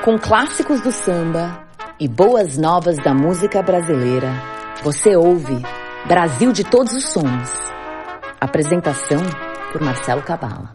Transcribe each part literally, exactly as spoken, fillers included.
Com clássicos do samba e boas novas da música brasileira, você ouve Brasil de Todos os Sons. Apresentação por Marcelo Cabala.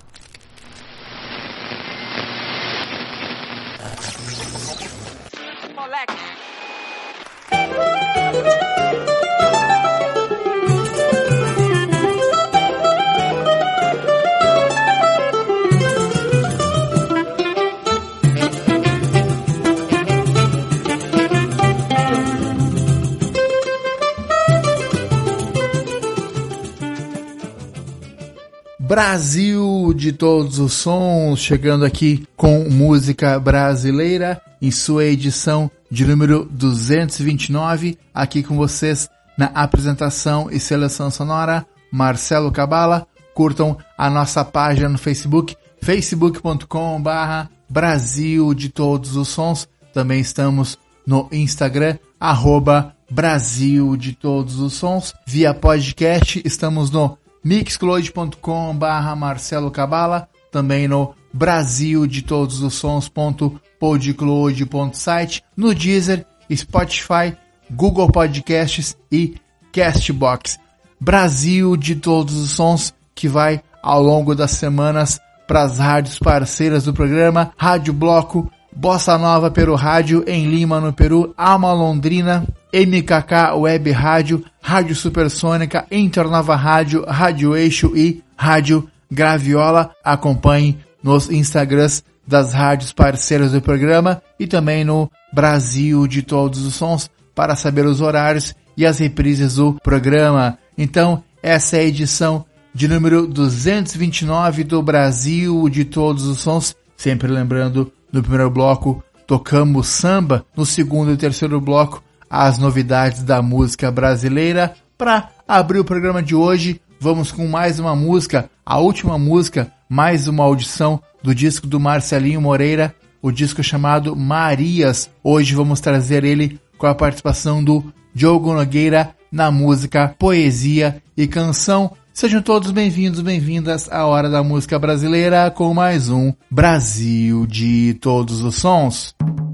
Brasil de Todos os Sons, chegando aqui com música brasileira em sua edição de número duzentos e vinte e nove, aqui com vocês na apresentação e seleção sonora, Marcelo Cabala. Curtam a nossa página no Facebook, facebook ponto com barra Brasil de Todos os Sons. Também estamos no Instagram, arroba Brasil de Todos os Sons. Via podcast, estamos no mixcloud ponto com barra Marcelo Cabala, também no Brasil de Todos os Sons ponto podcloud ponto site, no Deezer, Spotify, Google Podcasts e Castbox. Brasil de Todos os Sons, que vai ao longo das semanas para as rádios parceiras do programa: Rádio Bloco, Bossa Nova Peru Rádio em Lima, no Peru, Alma Londrina, M K K Web Rádio, Rádio Supersônica, Internova Rádio, Rádio Eixo e Rádio Graviola. Acompanhe nos Instagrams das rádios parceiras do programa e também no Brasil de Todos os Sons para saber os horários e as reprises do programa. Então, essa é a edição de número duzentos e vinte e nove do Brasil de Todos os Sons. Sempre lembrando, no primeiro bloco tocamos samba, no segundo e terceiro bloco as novidades da música brasileira. Para abrir o programa de hoje, vamos com mais uma música, a última música, mais uma audição do disco do Marcelinho Moreira, o disco chamado Marias. Hoje vamos trazer ele com a participação do Diogo Nogueira na música Poesia e Canção. Sejam todos bem-vindos, bem-vindas à Hora da Música Brasileira com mais um Brasil de Todos os Sons.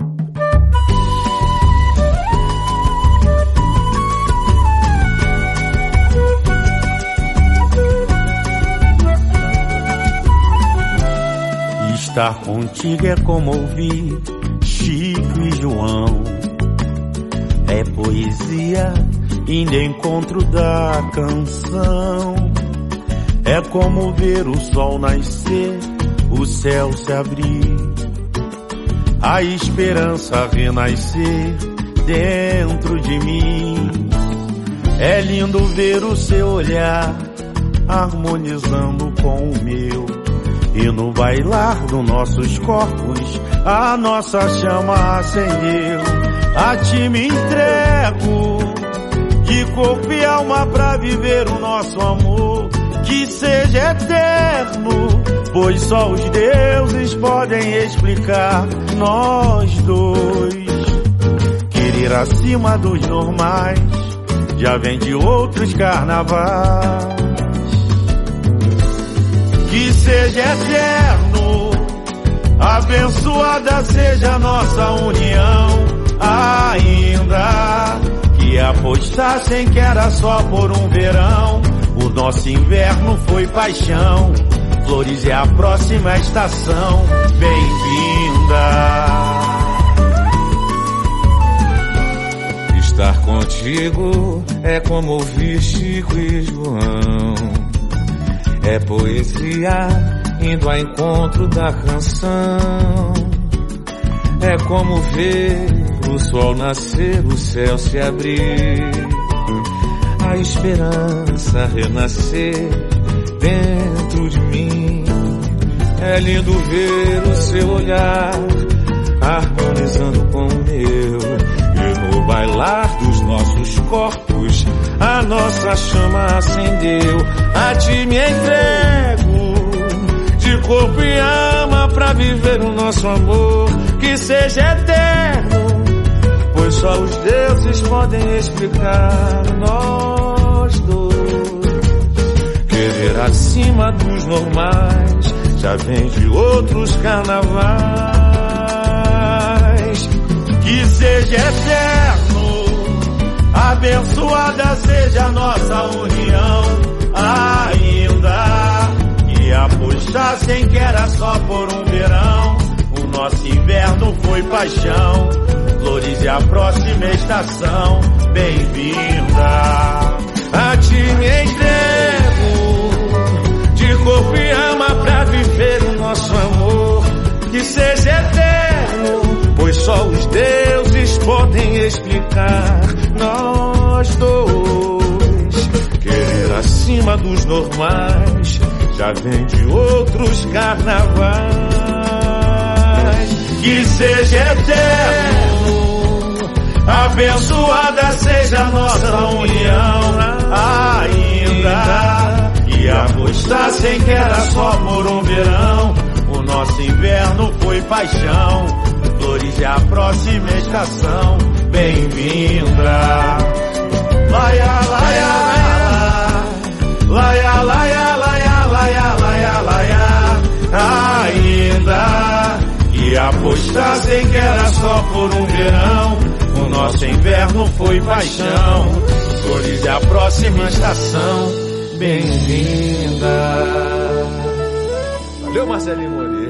Estar contigo é como ouvir Chico e João. É poesia indo em encontro da canção. É como ver o sol nascer, o céu se abrir, a esperança renascer dentro de mim. É lindo ver o seu olhar harmonizando com o meu, e no bailar dos nossos corpos a nossa chama acendeu. A ti me entrego de corpo e alma pra viver o nosso amor, que seja eterno, pois só os deuses podem explicar nós dois. Querer acima dos normais já vem de outros carnavais. Que seja eterno, abençoada seja a nossa união. Ainda que apostassem que era só por um verão, o nosso inverno foi paixão. Flores é a próxima estação, bem-vinda. Estar contigo é como ouvir Chico e João. É poesia indo ao encontro da canção. É como ver o sol nascer, o céu se abrir, a esperança renascer dentro de mim. É lindo ver o seu olhar harmonizando com o meu, e no bailar dos nossos corpos a nossa chama acendeu. A ti me entrego de corpo e alma pra viver o nosso amor, que seja eterno, pois só os deuses podem explicar nós dois. Querer acima dos normais já vem de outros carnavais. que seja eterno. Abençoada seja a nossa união, ainda que apostassem que era só por um verão. O nosso inverno foi paixão, flores e a próxima estação. Bem-vinda. A ti me entrego, de corpo e alma pra viver o nosso amor, que seja eterno, pois só os deuses podem explicar. Nós dois, querer acima dos normais, já vem de outros carnavais. Que seja eterno, abençoada seja a nossa união, ainda que apostassem que era só por um verão. O nosso inverno foi paixão, flores e a próxima estação. Bem-vinda. Laia, laia, laia, laia, laia, laia, laia, laia. Ainda que apostassem que era só por um verão. O nosso inverno foi paixão, flores e a próxima estação. Bem-vinda. Valeu, Marcelinho Moreira.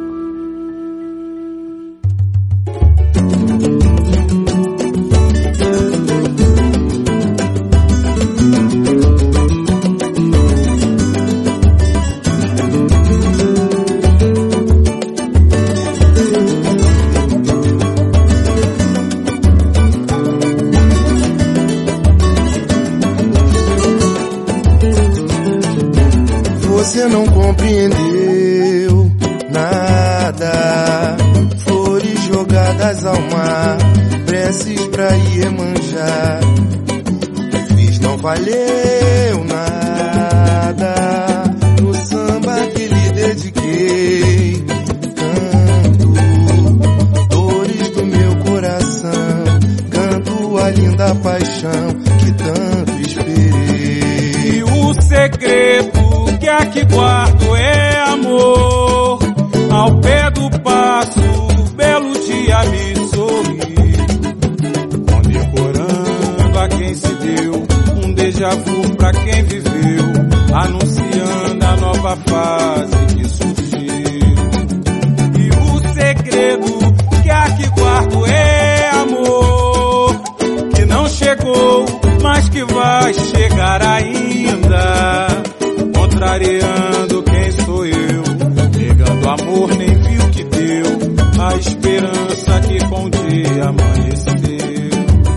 Você não compreendeu nada. Flores jogadas ao mar, preces pra Iemanjá. Tudo que fiz não valeu nada. No samba que lhe dediquei, canto dores do meu coração, canto a linda paixão que tanto esperei. E o segredo que aqui guardo é amor. Ao pé do passo, belo dia me sorri, condecorando a quem se deu, um déjà vu pra quem viveu, anunciando a nova fase que surgiu. E o segredo que aqui guardo é amor, que não chegou, mas que vai chegar ainda, contrariando quem sou eu, negando amor nem viu que deu, a esperança que com o dia amanheceu.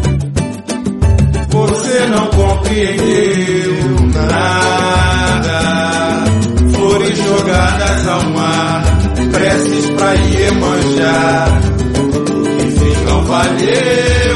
Você não compreendeu nada. Flores jogadas ao mar, preces pra Iemanjá. O que fiz não valeu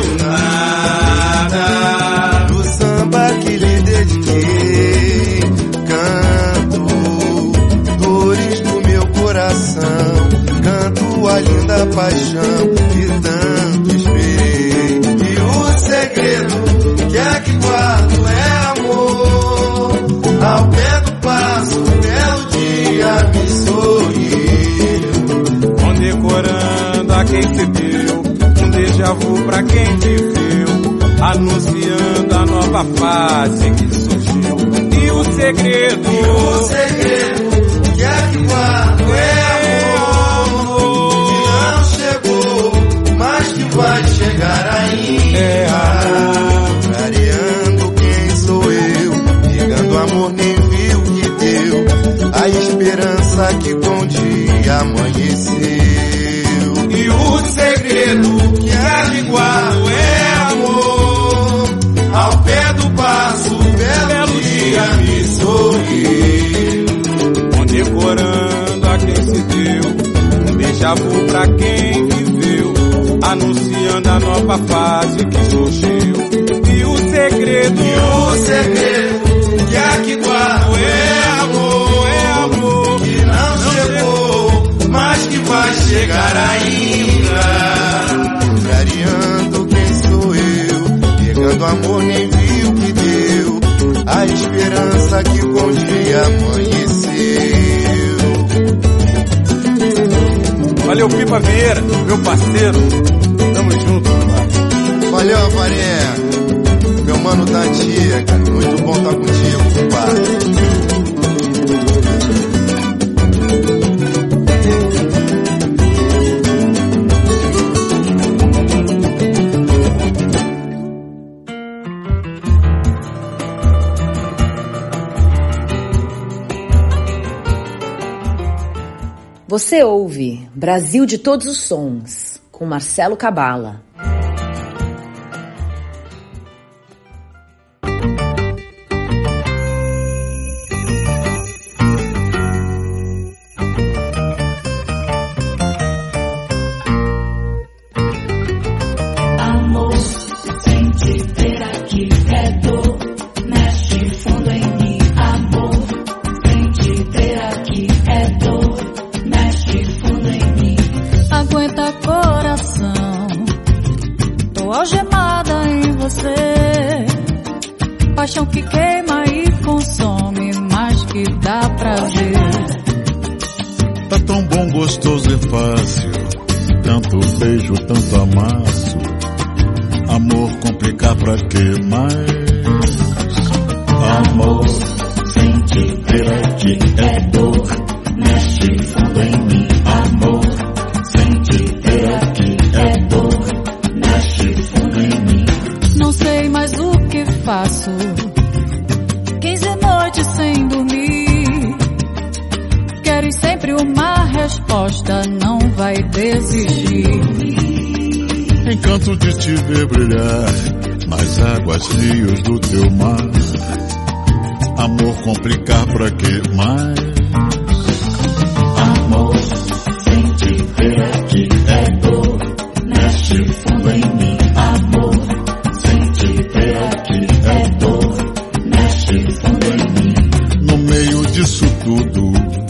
nada. Do samba que lhe dediquei, canto dores do meu coração, canto a linda paixão que tanto esperei. E o segredo que aqui guardo é amor. Ao pé do passo, belo dia me sorriu, condecorando a quem se deu, um déjà vu pra quem viveu, anunciando a nova fase que surgiu. E o segredo, e o segredo que aqui guardo é amor, que não chegou, mas que vai chegar ainda. É clareando quem sou eu, ligando amor nem viu que deu, a esperança que com o dia amanheceu. E o segredo que aqui guardo é amor, ao pé do passo, belo dia me sorriu, condecorando a quem se deu, um déjà vu pra quem viveu, anunciando a nova fase que surgiu. E o segredo, e o segredo que aqui guardo é amor, é amor, que não, não chegou, mas que vai chegar ainda, clareando quem sou eu, pegando amor nem viu que deu, a esperança que com o dia amanheceu. Valeu, Pipa Vieira, meu parceiro, tamo junto. Valeu, Avarenga. Meu mano da antiga. Muito bom estar contigo, compadre. Você ouve Brasil de Todos os Sons, com Marcelo Cabala. Amor, sem te ver aqui é dor, mexe fundo em mim. Amor, sem te ver aqui é dor. Aguenta coração, tô algemada em você. Paixão que queima e consome, mas que dá prazer. Tá tão bom, gostoso e fácil, tanto beijo, tanto amasso. Amor complicar pra que mais? Amor, sem te ver aqui é dor, mexe fundo em mim. Amor, não sei mais o que faço, quinze noites sem dormir. Queres sempre uma resposta, não vai desistir. Encanto de te ver brilhar nas águas, rios do teu mar. Amor complicar pra que mais? Amor, sem te ver aqui é dor, mexe fundo em mim. Amor, sem te ver aqui é dor, mexe fundo em mim. No meio disso tudo,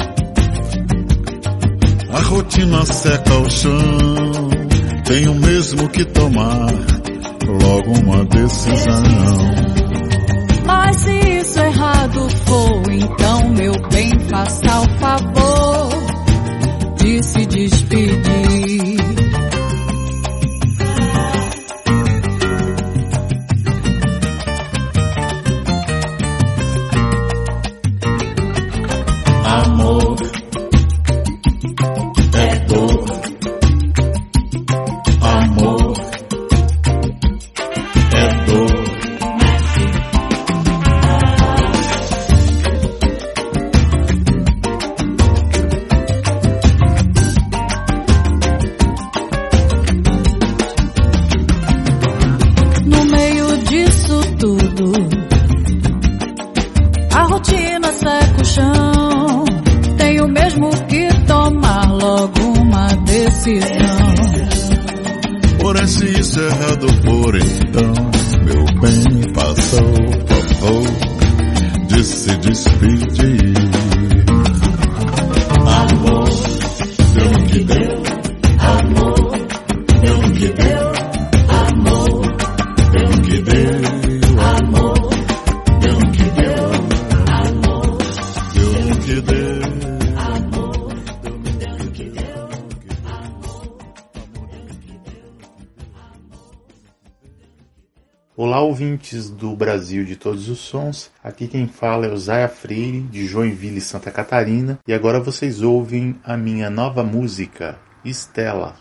a rotina seca o chão. Tenho mesmo que tomar logo uma decisão. Mas se isso errado for, então meu bem, faça o favor de se despedir. Amor é dor, amor é dor. No meio disso tudo, a rotina seca o chão. Tenho mesmo que tomar logo uma decisão. Porém, se isso é errado for, então, meu bem, faça o favor de se despedir. Amor, deu no que deu. Amor, deu no que deu. Amor, deu no que deu. Amor, deu no que deu. Amor, deu no que deu. Olá, ouvintes do Brasil de Todos os Sons, aqui quem fala é o Zaya Freire, de Joinville, Santa Catarina, e agora vocês ouvem a minha nova música, Estela.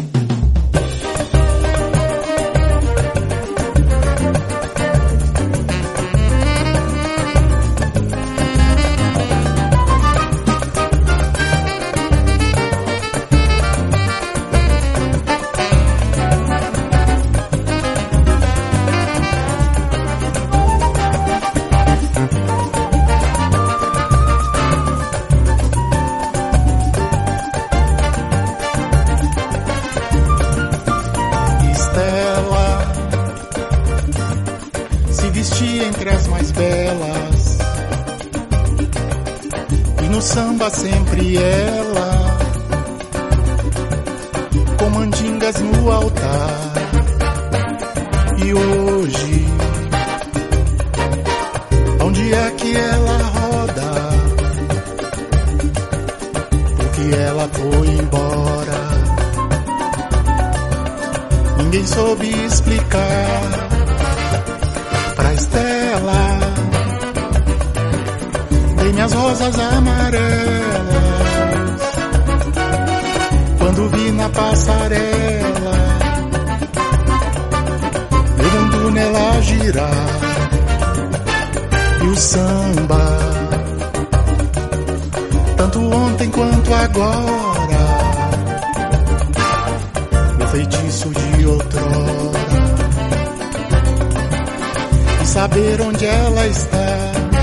Sempre ela, com mandingas no altar. E hoje, onde é que ela roda? Porque ela foi embora. ninguém soube explicar pra Estela. Dei minhas rosas amarelas quando vi na passarela meu mundo nela girar. E o samba, tanto ontem quanto agora, meu feitiço de outrora. E saber onde ela está,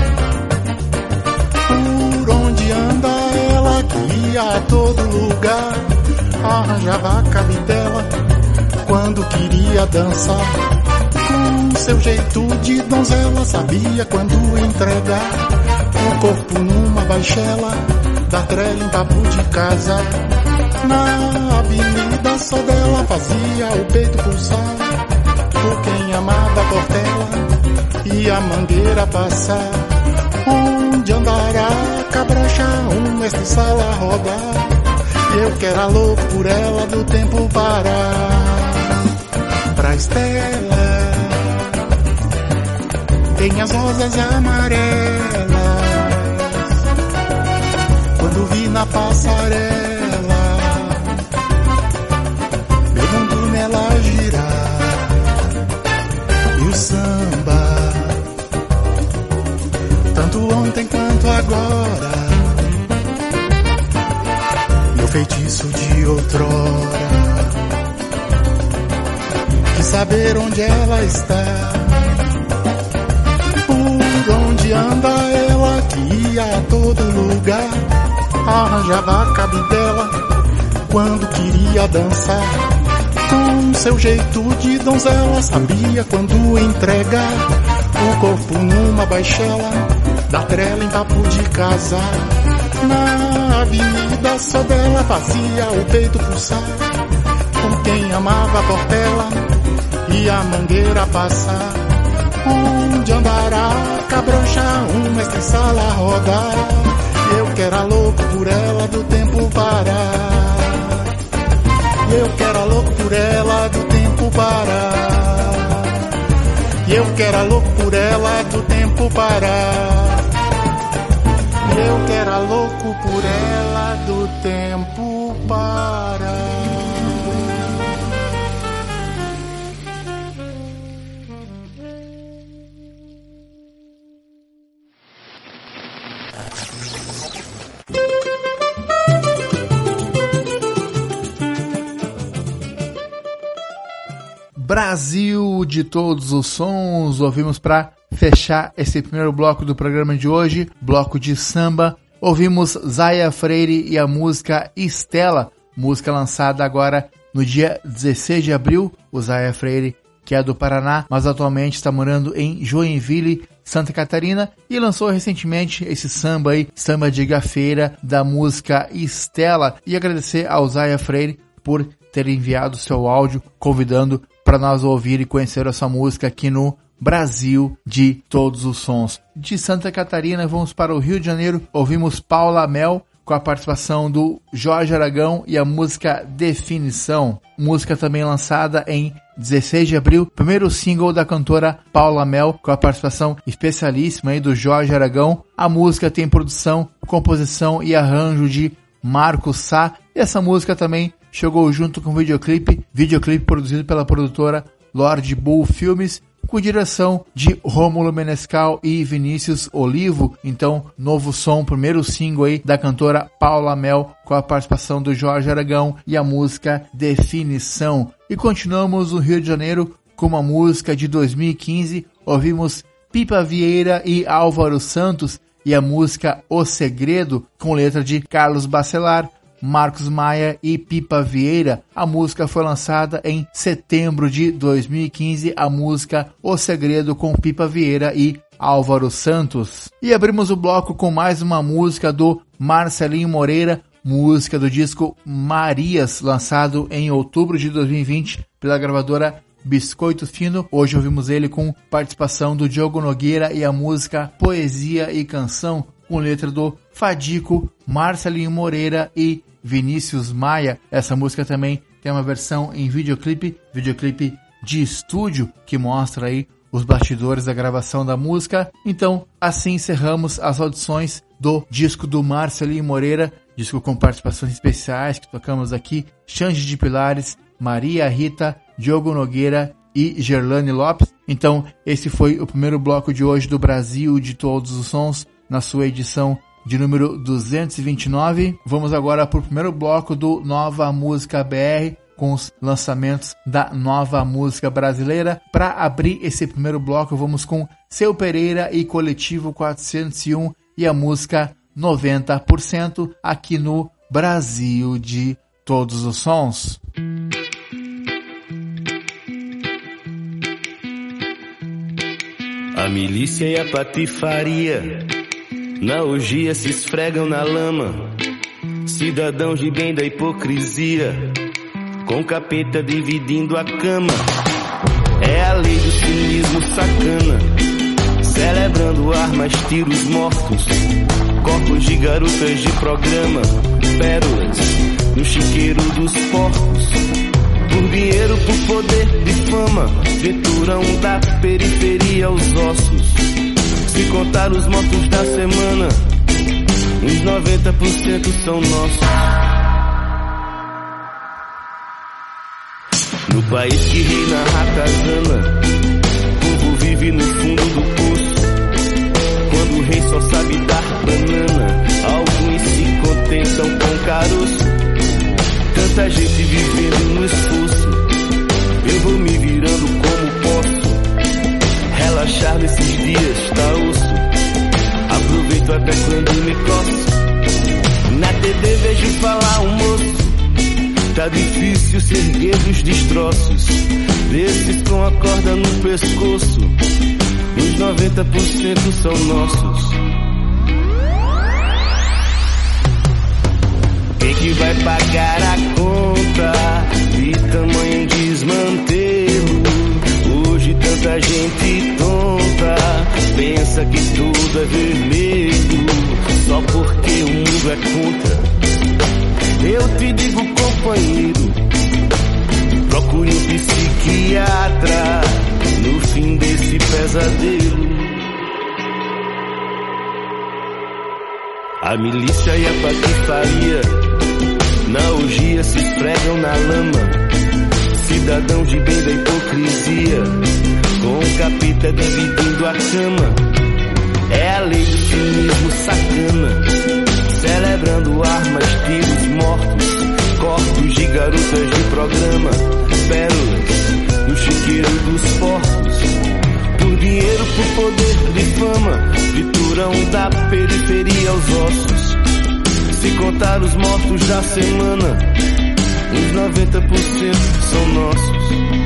por onde anda ela, que ia a todo lugar. Arranjava a cabidela quando queria dançar. Com seu jeito de donzela, sabia quando entregar o corpo numa baixela, dar trela em papo de casa. Na avenida só dela fazia o peito pulsar, por quem amava a Portela e a Mangueira passar. Onde andará a cabrocha, um mestre sala rodar, e eu que era louco por ela do tempo parar. Pra Estela tem as rosas amarelas quando vi na passarela meu mundo nela girar. E o samba, tanto ontem quanto agora, meu feitiço de outrora. Quis saber onde ela está, por onde anda ela, que ia a todo lugar. Arranjava a cabidela quando queria dançar. Com seu jeito de donzela, sabia quando entregar o corpo numa baixela, dar trela em papo de casar. Na avenida só dela fazia o peito pulsar, com quem amava a Portela e a Mangueira passar. Onde andará a cabrocha, um mestre sala rodar, eu que era louco por ela do tempo parar. Eu que era louco por ela do tempo parar. Eu que era louco por ela do tempo parar. Eu que era louco por ela do tempo parar. Brasil de todos os sons, ouvimos para fechar esse primeiro bloco do programa de hoje, bloco de samba, ouvimos Zaya Freire e a música Estela, música lançada agora no dia dezesseis de abril, o Zaya Freire, que é do Paraná, mas atualmente está morando em Joinville, Santa Catarina, e lançou recentemente esse samba aí, samba de gafeira, da música Estela, e agradecer ao Zaya Freire por ter enviado seu áudio, convidando para nós ouvir e conhecer essa música aqui no Brasil de todos os sons. De Santa Catarina vamos para o Rio de Janeiro, ouvimos Paula Mel com a participação do Jorge Aragão e a música Definição, música também lançada em dezesseis de abril, primeiro single da cantora Paula Mel com a participação especialíssima aí do Jorge Aragão. A música tem produção, composição e arranjo de Marco Sá, e essa música também chegou junto com o videoclipe, videoclipe produzido pela produtora Lord Bull Filmes, com direção de Rômulo Menescal e Vinícius Olivo. Então, novo som, primeiro single aí da cantora Paula Mel, com a participação do Jorge Aragão e a música Definição. E continuamos no Rio de Janeiro com uma música de dois mil e quinze, ouvimos Pipa Vieira e Álvaro Santos e a música O Segredo, com letra de Carlos Bacelar, Marcos Maia e Pipa Vieira. A música foi lançada em setembro de dois mil e quinze, a música O Segredo com Pipa Vieira e Álvaro Santos. E abrimos o bloco com mais uma música do Marcelinho Moreira, música do disco Marias, lançado em outubro de dois mil e vinte pela gravadora Biscoito Fino. Hoje ouvimos ele com participação do Diogo Nogueira e a música Poesia e Canção, com letra do Fadico, Marcelinho Moreira e Vinícius Maia. Essa música também tem uma versão em videoclipe, videoclipe de estúdio, que mostra aí os bastidores da gravação da música. Então, assim encerramos as audições do disco do Marcelinho Moreira, disco com participações especiais que tocamos aqui: Xande de Pilares, Maria Rita, Diogo Nogueira e Gerlane Lopes. Então, esse foi o primeiro bloco de hoje do Brasil de Todos os Sons, na sua edição de número duzentos e vinte e nove. Vamos agora para o primeiro bloco do Nova Música B R, com os lançamentos da nova música brasileira. Para abrir esse primeiro bloco, vamos com Seu Pereira e Coletivo quatrocentos e um e a música noventa por cento, aqui no Brasil de Todos os Sons. A milícia e a patifaria na orgia se esfregam na lama. Cidadãos de bem da hipocrisia, com capeta dividindo a cama. É a lei do cinismo sacana, celebrando armas, tiros mortos, corpos de garotas de programa, pérolas no chiqueiro dos porcos. Por dinheiro, por poder, de fama, trituram da periferia aos ossos. Se contar os mortos da semana, uns noventa por cento são nossos. No país que reina a ratazana, o povo vive no fundo do poço. Quando o rei só sabe dar banana, alguns se contentam com caroço. Tanta gente vivendo no esforço, eu vou me virando como posso. Relaxar nesses dias tá osso, aproveito até quando me coço. Na T V vejo falar um moço, tá difícil se erguer dos destroços, desses com a corda no pescoço. Os noventa por cento são nossos. Quem que vai pagar a conta de tamanho desmantelo? Hoje tanta gente tonta pensa que tudo é vermelho, só porque o mundo é contra. Eu te digo, companheiro, procure um psiquiatra no fim desse pesadelo. A milícia e a patifaria na orgia se esfregam na lama. Cidadãos de bem da hipocrisia, com o capeta dividindo a cama. É a lei do cinismo sacana, celebrando armas, tiros mortos, corpos de garotas de programa, pérolas no chiqueiro dos portos. Por dinheiro, por poder, de fama, trituram da periferia aos ossos. Se contar os mortos da semana, os noventa por cento são nossos.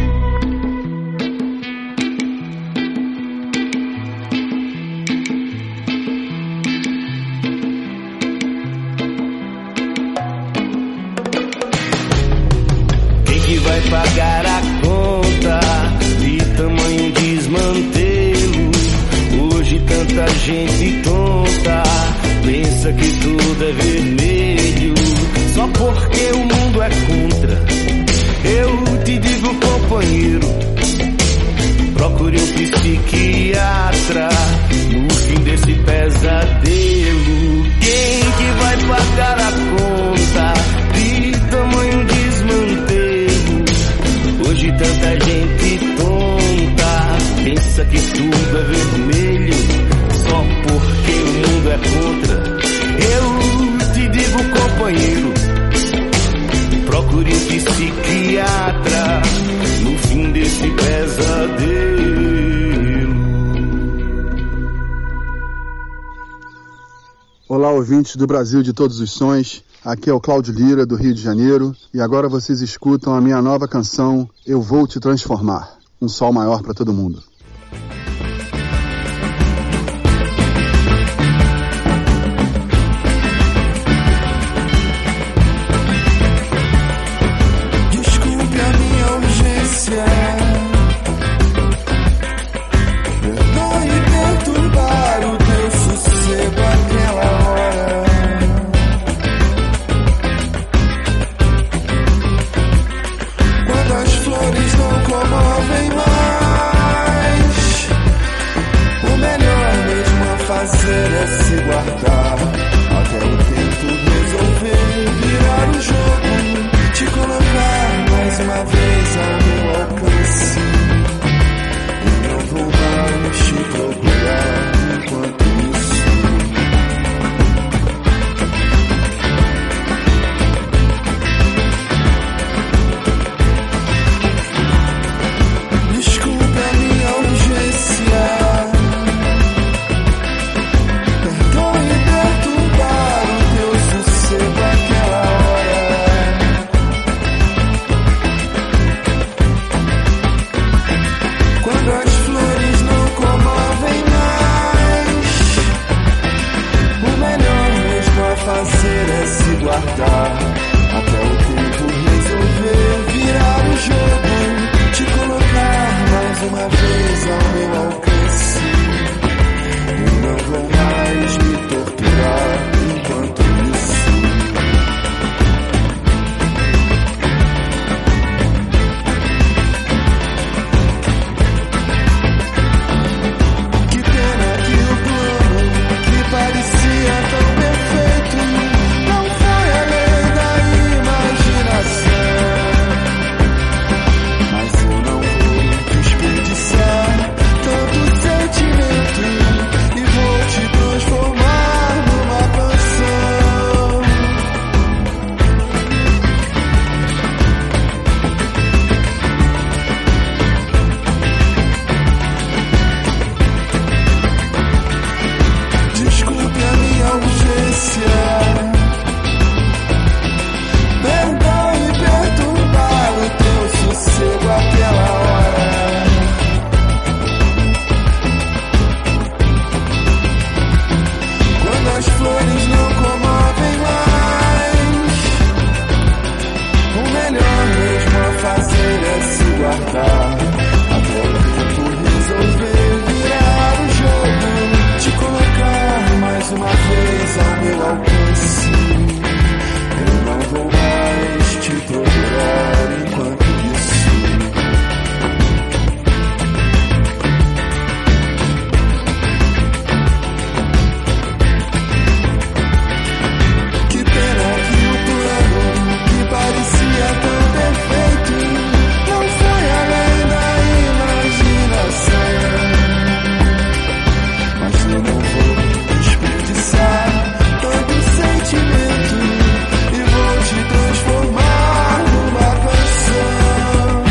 Quem que vai pagar a conta de tamanho desmantelo? Hoje tanta gente tonta pensa que tudo é vermelho, só porque o mundo é contra. Eu te digo, companheiro, procure um psiquiatra no fim desse pesadelo. Quem que vai pagar a conta de tamanho desmantelo? Hoje tanta gente tonta pensa que tudo é vermelho, só porque o mundo é contra. Eu te digo, companheiro, procure um psiquiatra no fim desse pesadelo. Olá, ouvintes do Brasil de Todos os Sons. Aqui é o Cláudio Lira, do Rio de Janeiro, e agora vocês escutam a minha nova canção Eu Vou Te Transformar. Um sol maior para todo mundo. guardar até o tempo resolver virar o jogo, te colocar mais uma vez ao meu alcance. Eu não vou mais me torturar enquanto isso. Que pena que o plano que parecia tão perfeito não foi além da imaginação. Mas eu não vou desperdiçar tanto sentimento e vou te transformar numa canção. Desculpe a minha urgência, perdoe perturbar o teu sossego àquela hora. Quando as flores não comovem mais, o melhor mesmo a fazer é se guardar até o tempo resolver virar o jogo, te colocar mais uma vez ao meu alcance. Eu não vou mais te procurar enquanto isso. Que pena que o plano que parecia tão perfeito não foi além da imaginação. Mas eu não vou desperdiçar tanto sentimento e vou te transformar numa canção.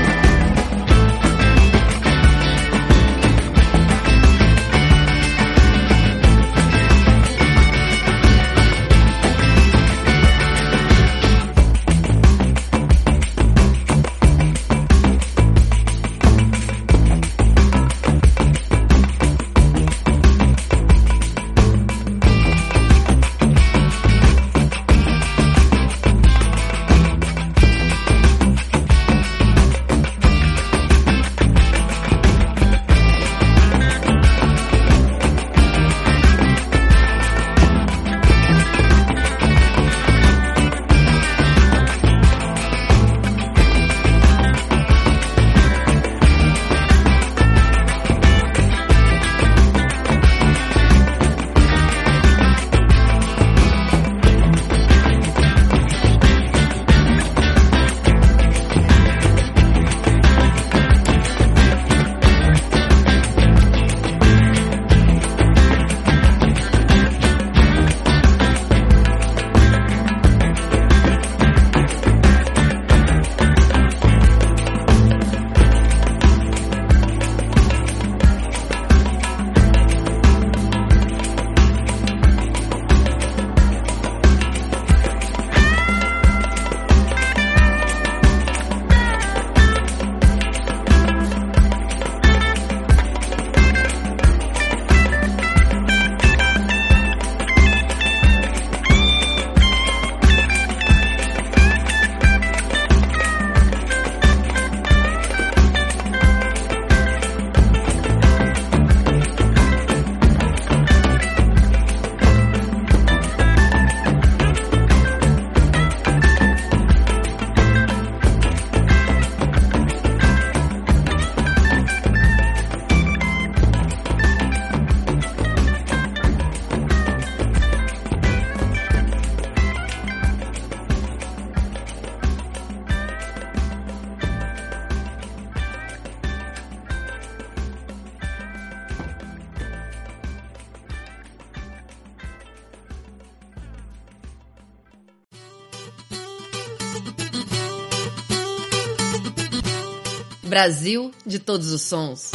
Brasil de todos os sons.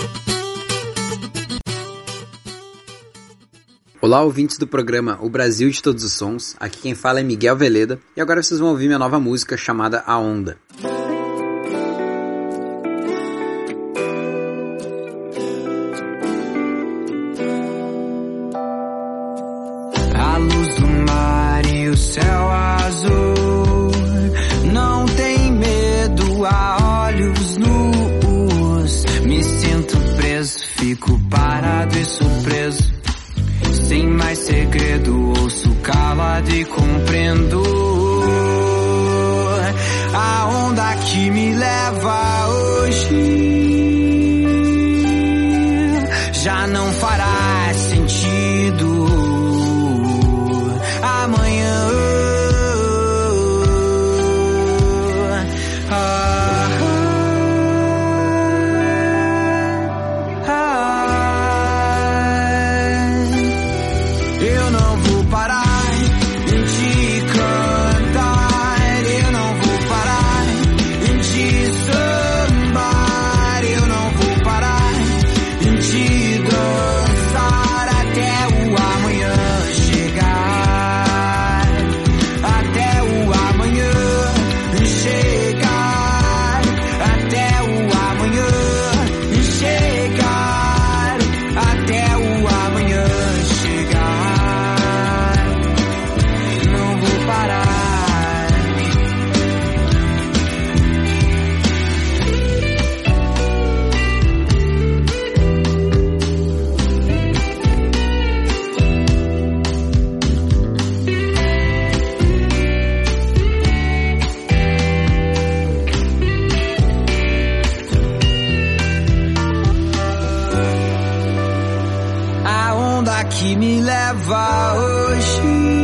Olá, ouvintes do programa O Brasil de Todos os Sons. Aqui quem fala é Miguel Veleda e agora vocês vão ouvir minha nova música chamada A Onda. A luz do mar e o céu azul entendo e compreendo a onda que me leva hoje já não fará sentido amanhã. Ah, ah, ah, eu não vou parar de cantar, eu não vou parar de sambar, eu não vou parar de dançar até o amanhã chegar, até o amanhã chegar, até o amanhã chegar, até o amanhã chegar, não vou parar. A onda que me leva hoje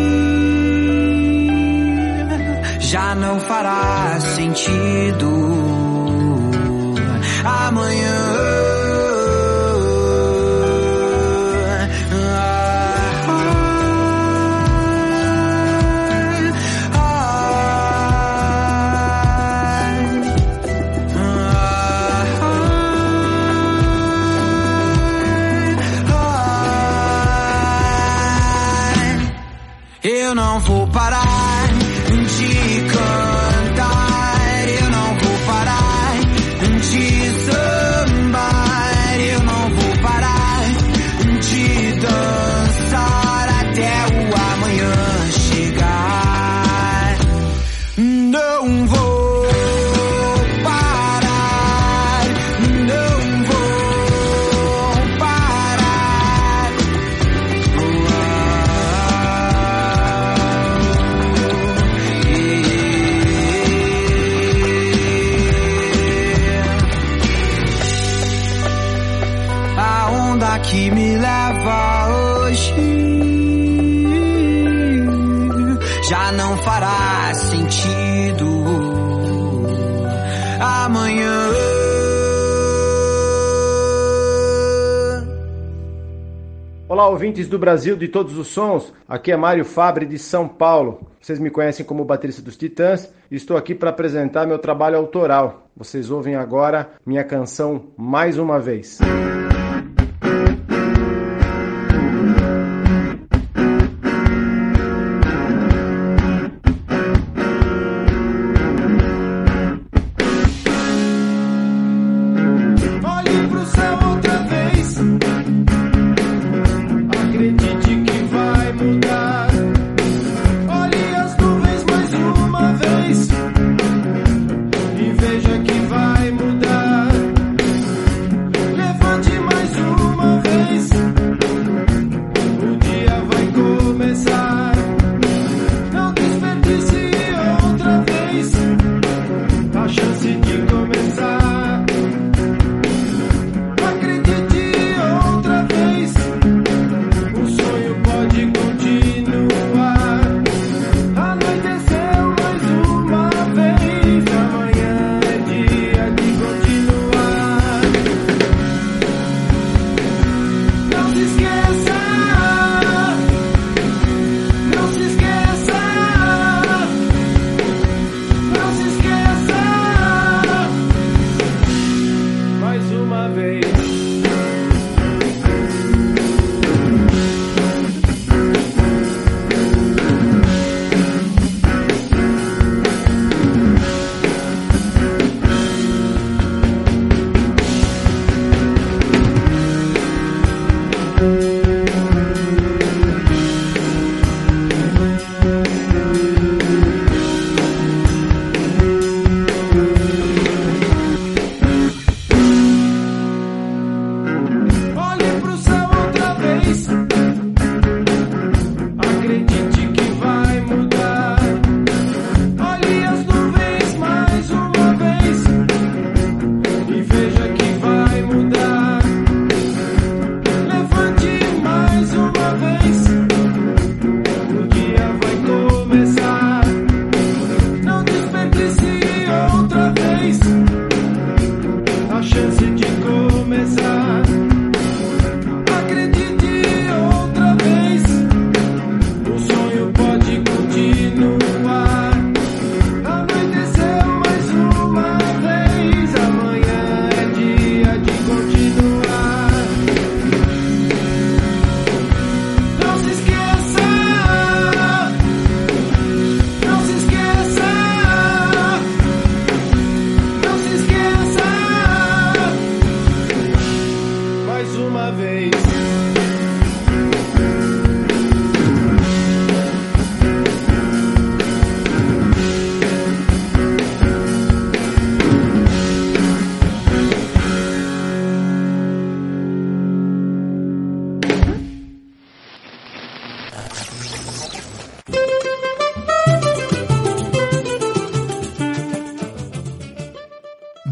já não fará sentido amanhã. Eu não vou parar de cantar, eu não vou parar de sambar, eu não vou parar de dançar até o amanhã chegar. Não vou parar, não vou parar. A onda que me leva hoje já não fará sentido amanhã. Olá, ouvintes do Brasil de todos os sons. Aqui é Mário Fabre de São Paulo. Vocês me conhecem como baterista dos Titãs e estou aqui para apresentar meu trabalho autoral. Vocês ouvem agora minha canção Mais Uma Vez. Olhe pro céu outra vez, acredite que vai mudar. Olhe as nuvens mais uma vez e veja que vai mudar. Levante mais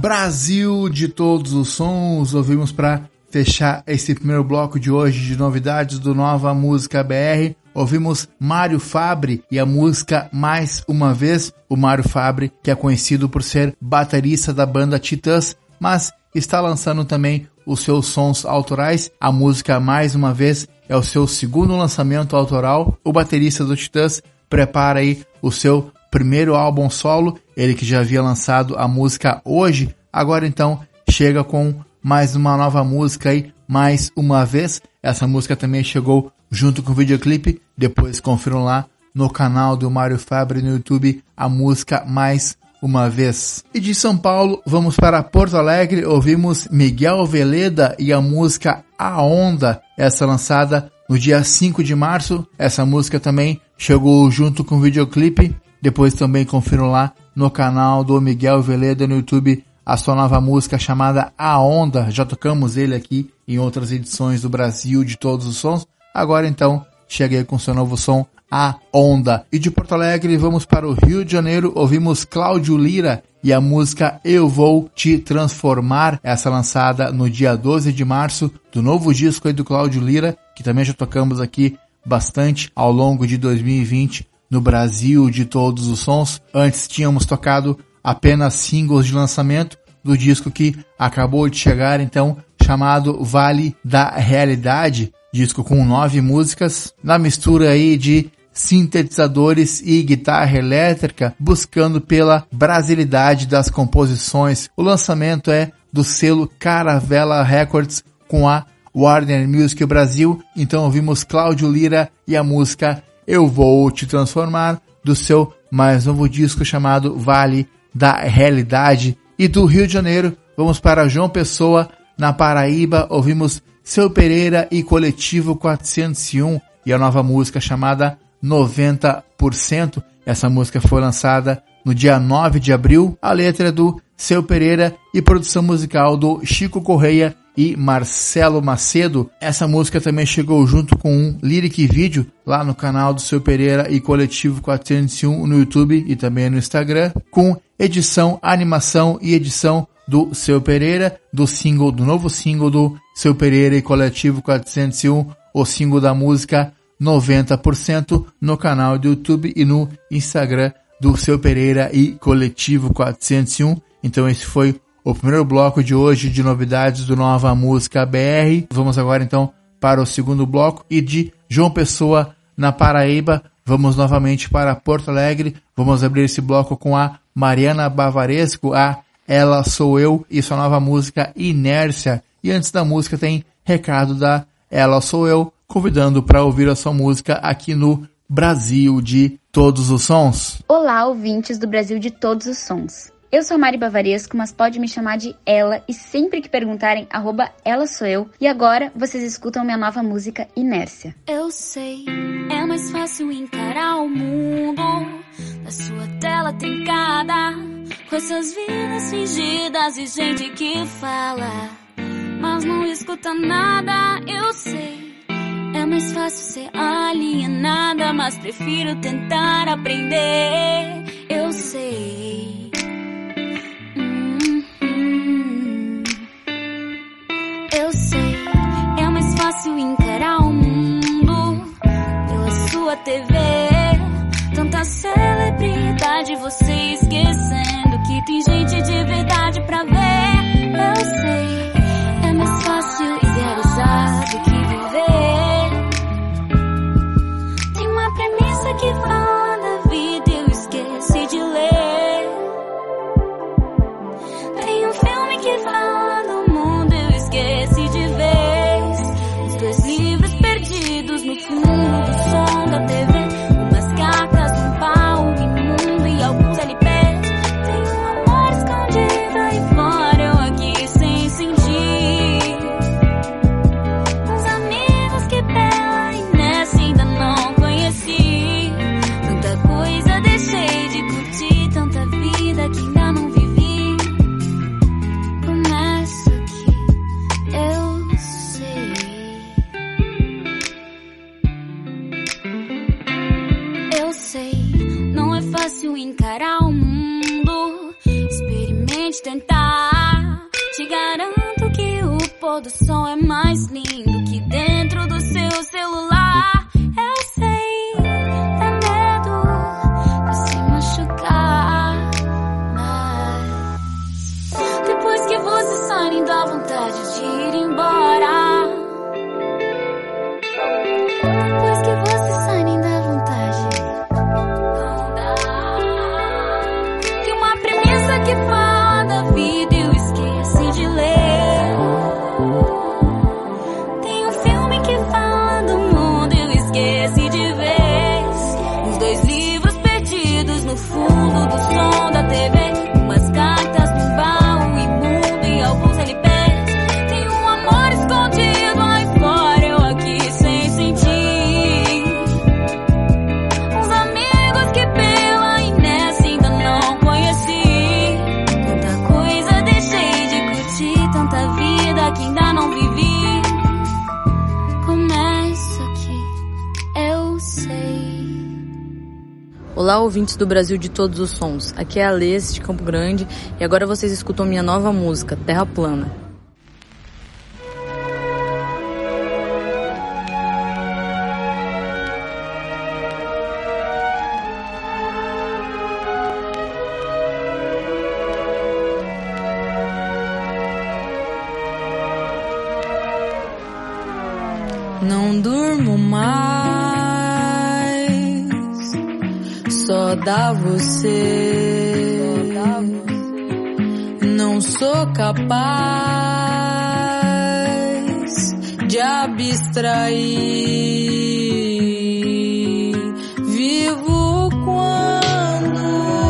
Brasil de todos os sons, ouvimos para fechar esse primeiro bloco de hoje de novidades do Nova Música B R. Ouvimos Mário Fabre e a música Mais Uma Vez. O Mário Fabre, que é conhecido por ser baterista da banda Titãs, mas está lançando também os seus sons autorais. A música Mais Uma Vez é o seu segundo lançamento autoral. O baterista do Titãs prepara aí o seu primeiro álbum solo, ele que já havia lançado a música Hoje, agora então chega com mais uma nova música aí, Mais Uma Vez. Essa música também chegou junto com o videoclipe, depois confiram lá no canal do Mário Fabre no YouTube a música Mais Uma Vez. E de São Paulo vamos para Porto Alegre, ouvimos Miguel Veleda e a música A Onda, essa lançada no dia cinco de março. Essa música também chegou junto com o videoclipe, depois também confiram lá no canal do Miguel Veleda no YouTube a sua nova música chamada A Onda. Já tocamos ele aqui em outras edições do Brasil de todos os sons. Agora então cheguei com seu novo som A Onda. E de Porto Alegre vamos para o Rio de Janeiro, ouvimos Cláudio Lira e a música Eu Vou Te Transformar, essa lançada no dia doze de março, do novo disco aí do Cláudio Lira, que também já tocamos aqui bastante ao longo de dois mil e vinte no Brasil de todos os sons. Antes tínhamos tocado apenas singles de lançamento do disco que acabou de chegar, então, chamado Vale da Realidade, disco com nove músicas, na mistura aí de sintetizadores e guitarra elétrica, buscando pela brasilidade das composições. O lançamento é do selo Caravela Records com a Warner Music Brasil. Então ouvimos Cláudio Lira e a música Eu Vou Te Transformar, do seu mais novo disco chamado Vale da Realidade. E do Rio de Janeiro vamos para João Pessoa, na Paraíba, ouvimos Seu Pereira e Coletivo quatrocentos e um e a nova música chamada noventa por cento. Essa música foi lançada no dia nove de abril. A letra é do Seu Pereira e produção musical do Chico Correia e Marcelo Macedo. Essa música também chegou junto com um lyric vídeo lá no canal do Seu Pereira e Coletivo quatrocentos e um no YouTube e também no Instagram, com edição, animação e edição do Seu Pereira, do single, do novo single do Seu Pereira e Coletivo quatrocentos e um, o single da música noventa por cento, no canal do YouTube e no Instagram do Seu Pereira e Coletivo quatrocentos e um. Então esse foi o primeiro bloco de hoje de novidades do Nova Música B R. Vamos agora então para o segundo bloco e de João Pessoa, na Paraíba, vamos novamente para Porto Alegre. Vamos abrir esse bloco com a Mariana Bavaresco, a Ela Sou Eu e sua nova música Inércia. E antes da música tem recado da Ela Sou Eu, convidando para ouvir a sua música aqui no Brasil de Todos os Sons. Olá, ouvintes do Brasil de Todos os Sons. Eu sou a Mari Bavaresco, mas pode me chamar de Ela e sempre que perguntarem, arroba Ela Sou Eu. E agora vocês escutam minha nova música Inércia. Eu sei, é mais fácil encarar o mundo da sua tela trincada, com essas vidas fingidas e gente que fala, mas não escuta nada. Eu sei, é mais fácil ser alienada, mas prefiro tentar aprender. Eu sei. Eu sei, é mais fácil encarar o mundo pela sua T V. Tanta celebridade, você esquecendo que tem gente de verdade pra ver. Eu sei, é mais fácil idealizar do que viver. Tem uma premissa que fala da vida e eu esqueci de ler. Tem um filme que fala do mundo, eu esqueci de vez. Os dois livros perdidos no fundo do som da T V, umas cartas num pau imundo e alguns L Ps. Tem um amor escondido aí fora, eu aqui sem sentir. Uns amigos que pela inércia ainda não conheci. Tanta coisa deixei de curtir, tanta vida que ainda não vivi. Começa aqui, eu sei. Eu sei, não é fácil encarar o mundo. Experimente tentar Te garanto que o pôr do sol é mais lindo que dentro do seu celular. Eu sei, dá medo de se machucar, mas depois que você sai, dá vontade de ir embora. Depois que você sai, nem dá vontade. Não dá. Tem uma premissa que fala da vida e eu esqueci de ler. Tem um filme que fala do mundo e eu esqueci de vez. Os dois livros perdidos no fundo do som da T V. Umas cartas no baú imundo e alguns L Ps. Tem um amor escondido aí fora, eu aqui sem sentir. Uns amigos que pela inércia ainda não conheci. Tanta coisa deixei de curtir, tanta vida que ainda não vivi. Começa aqui, eu sei. Olá, ouvintes do Brasil de todos os sons. Aqui é a Alês de Campo Grande e agora vocês escutam minha nova música, Terra Plana. Não durmo mais, só dá você. Não sou capaz de abstrair. Vivo quando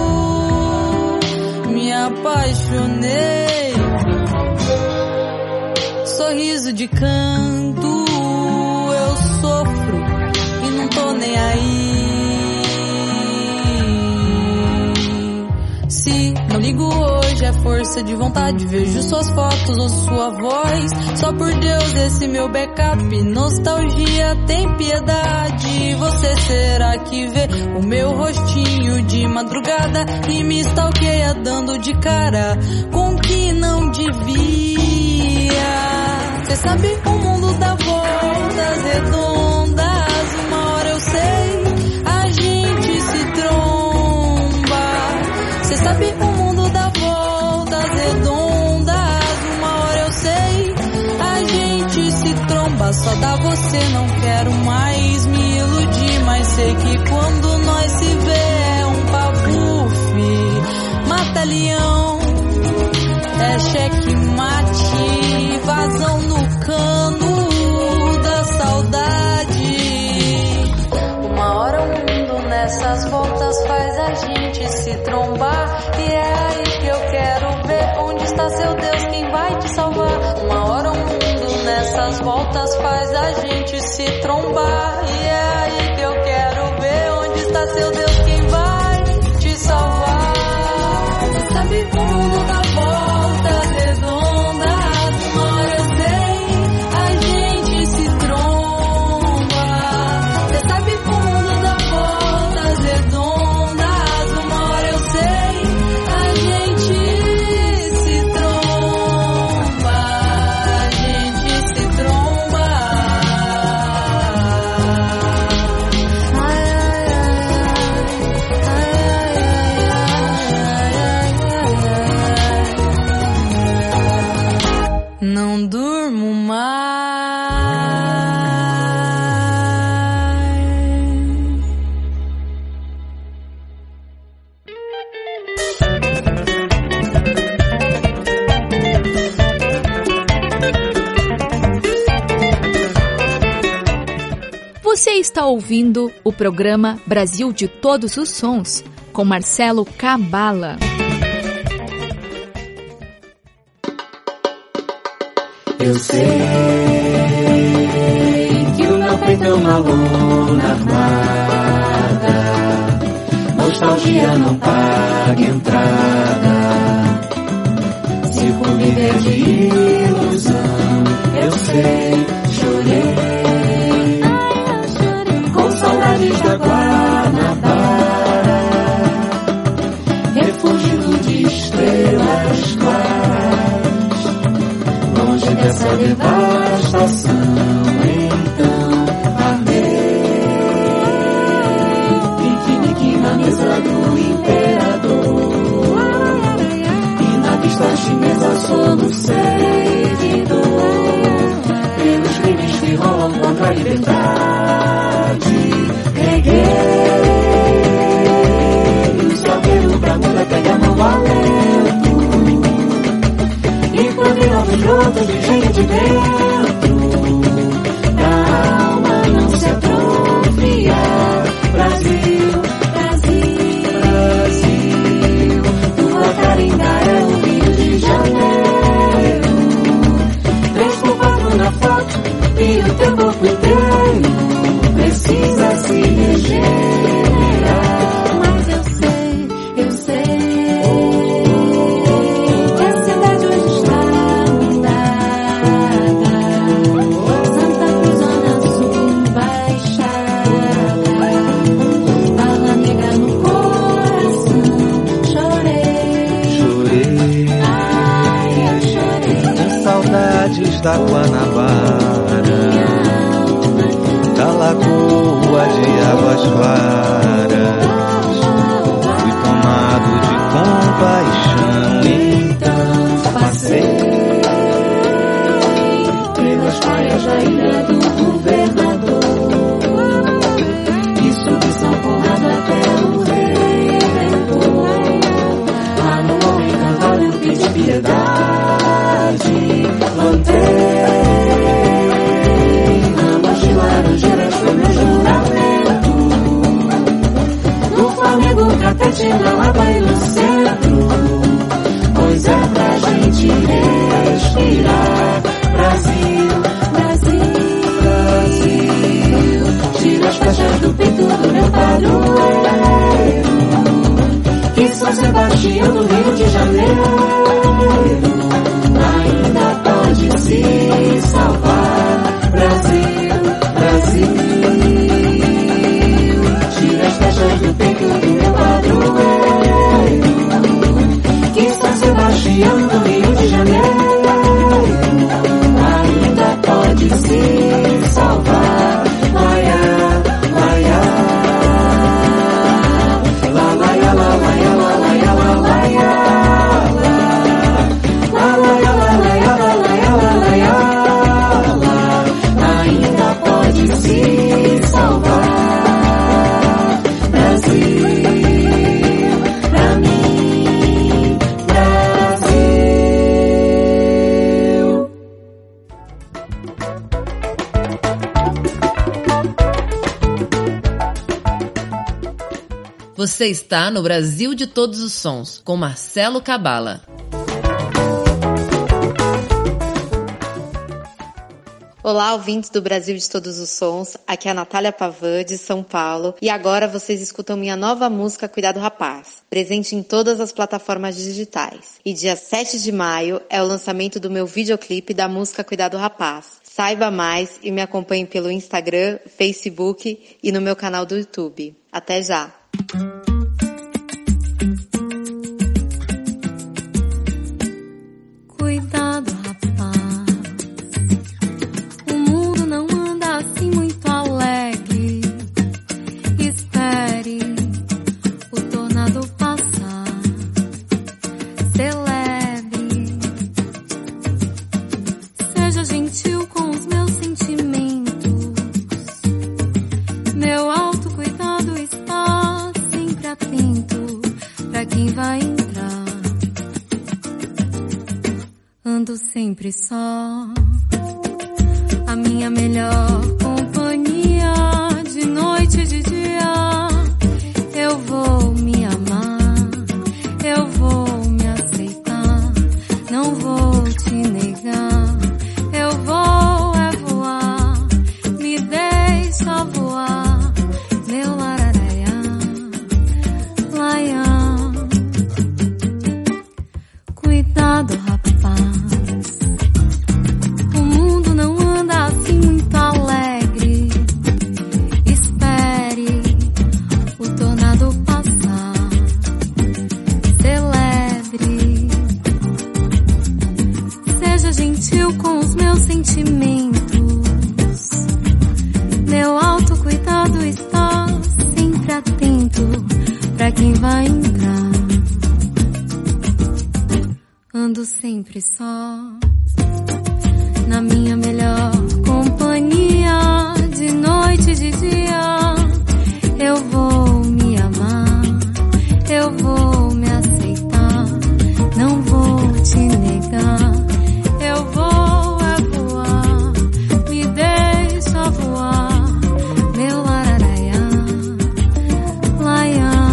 me apaixonei. Sorriso de canto, eu sofro e não tô nem aí. Se não ligo hoje é força de vontade, vejo suas fotos ou sua voz. Só por Deus esse meu backup, nostalgia tem piedade. Você será que vê o meu rostinho de madrugada e me stalkeia dando de cara com que não devia? Cê sabe o mundo dá voltas redondas, uma hora eu sei, a gente se tromba. Cê sabe o mundo dá voltas redondas, uma hora eu sei, a gente se tromba. Só dá você, não quero mais me iludir, mas sei que quando nós se vê é um papufe, mata leão, é checkmate, vazão no cano da saudade. Uma hora o mundo nessas voltas faz a gente se trombar, e é aí que eu quero ver onde está seu Deus, quem vai te salvar. Uma hora o mundo nessas voltas faz a gente se trombar, e é aí que eu quero ver onde está seu Deus, quem vai te salvar. Sabe o mundo dá voltas redondas, uma hora eu sei, a gente se tromba. Cê sabe o mundo dá voltas redondas, uma hora eu sei, a gente se tromba, a gente se tromba. Ai, ai, ai, não durmo mais. Você está ouvindo o programa Brasil de Todos os Sons, com Marcelo Cabala. Eu sei que o meu peito é uma lona armada, nostalgia não paga entrada. Se conviver de ilusão, eu sei, chorei com saudades da Guanabara, refúgio de estrelas claras. chinesa solucei de dor pelos crimes que rolam contra a liberdade. Reguei o salgueiro pra muda pegar meu alento e plantei novos brotos de gente dentro da alma não se atrofiar. Brasil, Brasil, Brasil, tua cara ainda é o Rio de Janeiro. Três por quatro na foto e o teu corpo inteiro precisa se regenerar. Mas eu sei, eu sei que a cidade hoje está mudada. Santa Cruz, Zona Sul, Baixada, Barra Negra no coração. Chorei, Chorei, ai, eu chorei. com saudades da Guanabara, da lagoa de águas claras. Fui tomado de compaixão, então passei pelas praias da ilha do governador e subi São Conrado até o Redentor. Lá no Morro Encantado eu pedi piedade, plantei ramos de laranjeiras, foi meu juramento. No Flamengo, Catete, na Lapa e no centro, pois é pra gente respirar. Brasil, Brasil, Brasil, tira as flechas do peito do meu padroeiro, que São Sebastião do Rio de Janeiro ainda pode se salvar. Brasil, Brasil, tira as flechas do peito do meu padroeiro, que São Sebastião do Rio de Janeiro ainda pode se salvar. Laia, laia, la laia, la laia, la laia, la laia, la laia, la laia, la laia, la laia, ainda pode se salvar. Brasil, pra mim, Brasil. Você está no Brasil de Todos os Sons, com Marcelo Cabala. Olá, ouvintes do Brasil de Todos os Sons, aqui é a Natália Pavan, de São Paulo, e agora vocês escutam minha nova música Cuidado Rapaz, presente em todas as plataformas digitais. E dia sete de maio é o lançamento do meu videoclipe da música Cuidado Rapaz. Saiba mais e me acompanhe pelo Instagram, Facebook e no meu canal do YouTube. Até já! Cuidado, rapaz. O mundo não anda assim muito alegre. Espere o tornado passar. Celebre. Seja gentil com os meus sentimentos. Meu autocuidado está sempre atento pra quem vai entrar. Ando sempre só, a minha melhor companhia, de noite e de dia. Eu vou me amar, eu vou me aceitar, não vou te negar. Eu vou é voar, me deixa voar, meu lararaiá, laiá. Cuidado, rapaz. O mundo não anda assim muito alegre. Espere o tornado passar. Celebre. Seja gentil com os meus sentimentos. Meu autocuidado está sempre atento pra quem vai entrar. Ando vivo sempre só, na minha melhor companhia, de noite e de dia. Eu vou me amar, eu vou me aceitar, não vou te negar. Eu vou é voar, me deixa voar, meu lararaiá, laiá.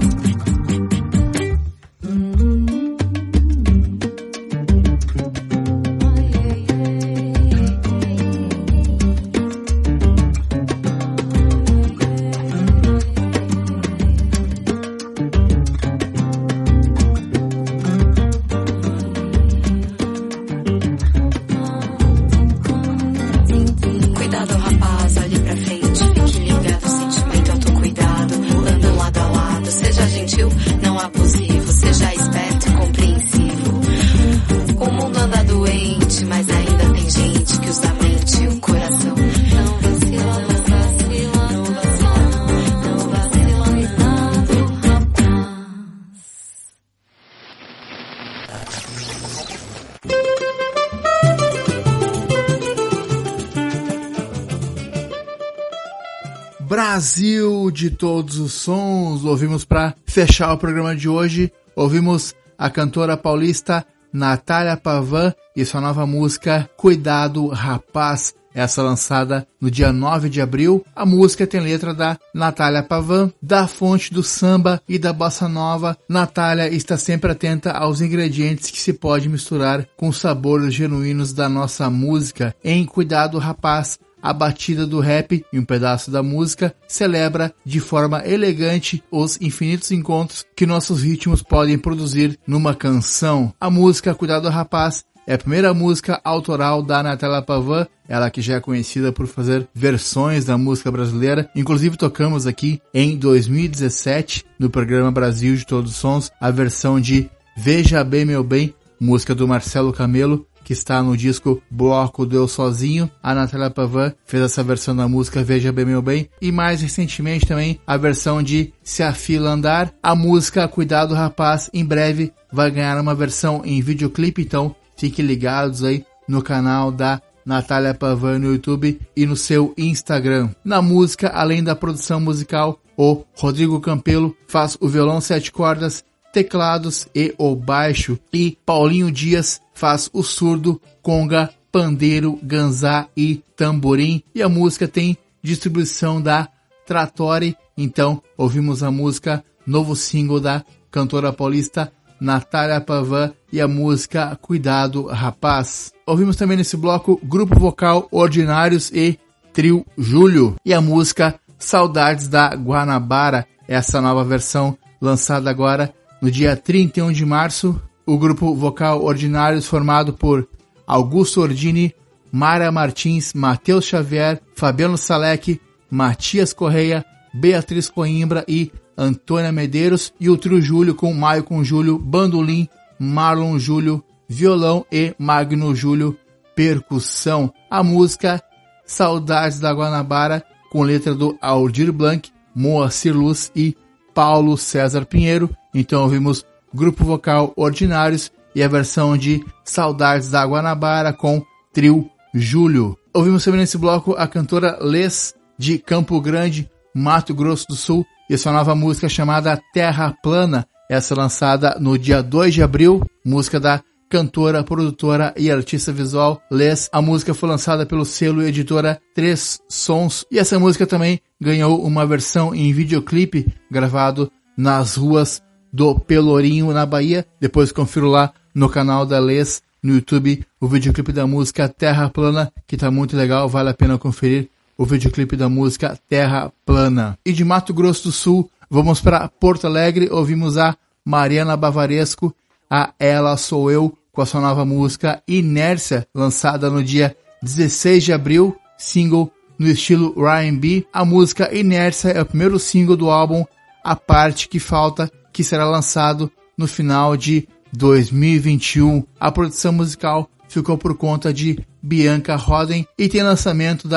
Brasil de todos os sons, ouvimos para fechar o programa de hoje, ouvimos a cantora paulista Natália Pavan e sua nova música Cuidado Rapaz, essa lançada no dia nove de abril. A música tem letra da Natália Pavan, da fonte do samba e da bossa nova. Natália está sempre atenta aos ingredientes que se pode misturar com os sabores genuínos da nossa música. Em Cuidado Rapaz, a batida do rap e um pedaço da música celebra de forma elegante os infinitos encontros que nossos ritmos podem produzir numa canção. A música Cuidado Rapaz é a primeira música autoral da Natália Pavan, ela que já é conhecida por fazer versões da música brasileira. Inclusive tocamos aqui em dois mil e dezessete, no programa Brasil de Todos os Sons, a versão de Veja Bem Meu Bem, música do Marcelo Camelo, que está no disco Bloco do Eu Sozinho. A Natália Pavan fez essa versão da música Veja Bem Meu Bem, e mais recentemente também a versão de Se a Fila Andar. A música Cuidado Rapaz em breve vai ganhar uma versão em videoclipe, então fiquem ligados aí no canal da Natália Pavan no YouTube e no seu Instagram. Na música, além da produção musical, o Rodrigo Campelo faz o violão sete cordas, teclados e o baixo, e Paulinho Dias faz o surdo, conga, pandeiro, ganzá e tamborim. E a música tem distribuição da Trattori. Então ouvimos a música, novo single da cantora paulista Natália Pavan, e a música Cuidado Rapaz. Ouvimos também nesse bloco grupo vocal Ordinários e Trio Júlio, e a música Saudades da Guanabara, essa nova versão lançada agora no dia trinta e um de março. O grupo vocal Ordinários, formado por Augusto Ordini, Mara Martins, Matheus Xavier, Fabiano Salek, Matias Correia, Beatriz Coimbra e Antônia Medeiros, e o Trio Júlio com Maicon Júlio, bandolim, Marlon Júlio, violão e Magno Júlio, percussão. A música Saudades da Guanabara, com letra do Aldir Blanc, Moacir Luz e Paulo César Pinheiro. Então ouvimos grupo vocal Ordinários e a versão de Saudades da Guanabara com Trio Júlio. Ouvimos também nesse bloco a cantora Les, de Campo Grande, Mato Grosso do Sul, e sua nova música chamada Terra Plana, essa lançada no dia dois de abril, música da cantora, produtora e artista visual Les. A música foi lançada pelo selo e editora Três Sons, e essa música também ganhou uma versão em videoclipe gravado nas ruas do Pelourinho, na Bahia. Depois confiro lá no canal da Les no YouTube o videoclipe da música Terra Plana, que tá muito legal, vale a pena conferir o videoclipe da música Terra Plana. E de Mato Grosso do Sul, vamos para Porto Alegre, ouvimos a Mariana Bavaresco, a Ela Sou Eu, com a sua nova música Inércia, lançada no dia dezesseis de abril, single no estilo R and B. A música Inércia é o primeiro single do álbum A Parte Que Falta, que será lançado no final de dois mil e vinte e um. A produção musical ficou por conta de Bianca Roden e tem lançamento da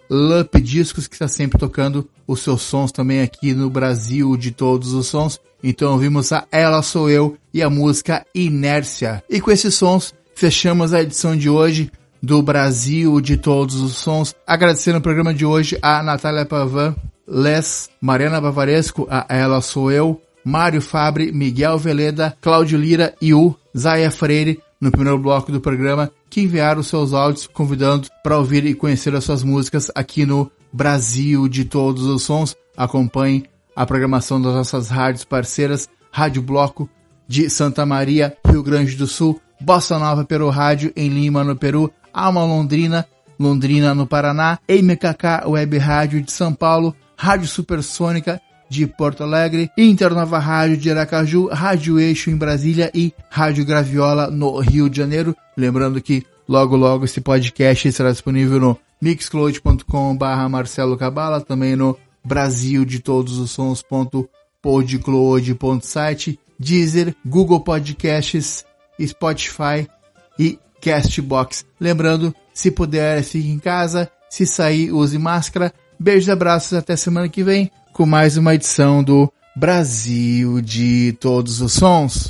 Lup Discos, que está sempre tocando os seus sons também aqui no Brasil de Todos os Sons. Então ouvimos a Ela Sou Eu e a música Inércia. E com esses sons, fechamos a edição de hoje do Brasil de Todos os Sons. Agradecendo o programa de hoje a Natália Pavan, Les, Mariana Bavaresco, a Ela Sou Eu, Mário Fabre, Miguel Veleda, Cláudio Lira e o Zaya Freire, no primeiro bloco do programa, que enviaram seus áudios convidando para ouvir e conhecer as suas músicas aqui no Brasil de Todos os Sons. Acompanhe a programação das nossas rádios parceiras, Rádio Bloco de Santa Maria, Rio Grande do Sul, Bossa Nova Peru Rádio em Lima, no Peru, Alma Londrina, Londrina, no Paraná, M K K Web Rádio de São Paulo, Rádio Supersônica de Porto Alegre, Internova Rádio de Aracaju, Rádio Eixo em Brasília e Rádio Graviola no Rio de Janeiro. Lembrando que logo logo esse podcast estará disponível no mixcloud ponto com barra Marcelo Cabala, também no Brasil de Todos os Sons ponto podcloud ponto site, Deezer, Google Podcasts, Spotify e Castbox. Lembrando, se puder, fique em casa, se sair, use máscara. Beijos e abraços, até semana que vem com mais uma edição do Brasil de Todos os Sons.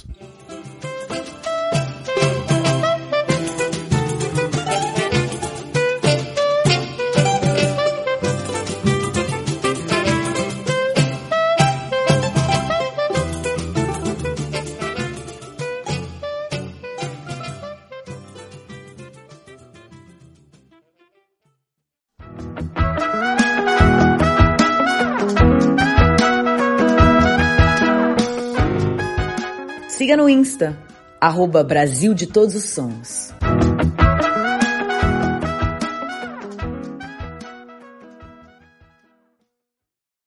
Siga no Insta, arroba Brasil de Todos os Sons.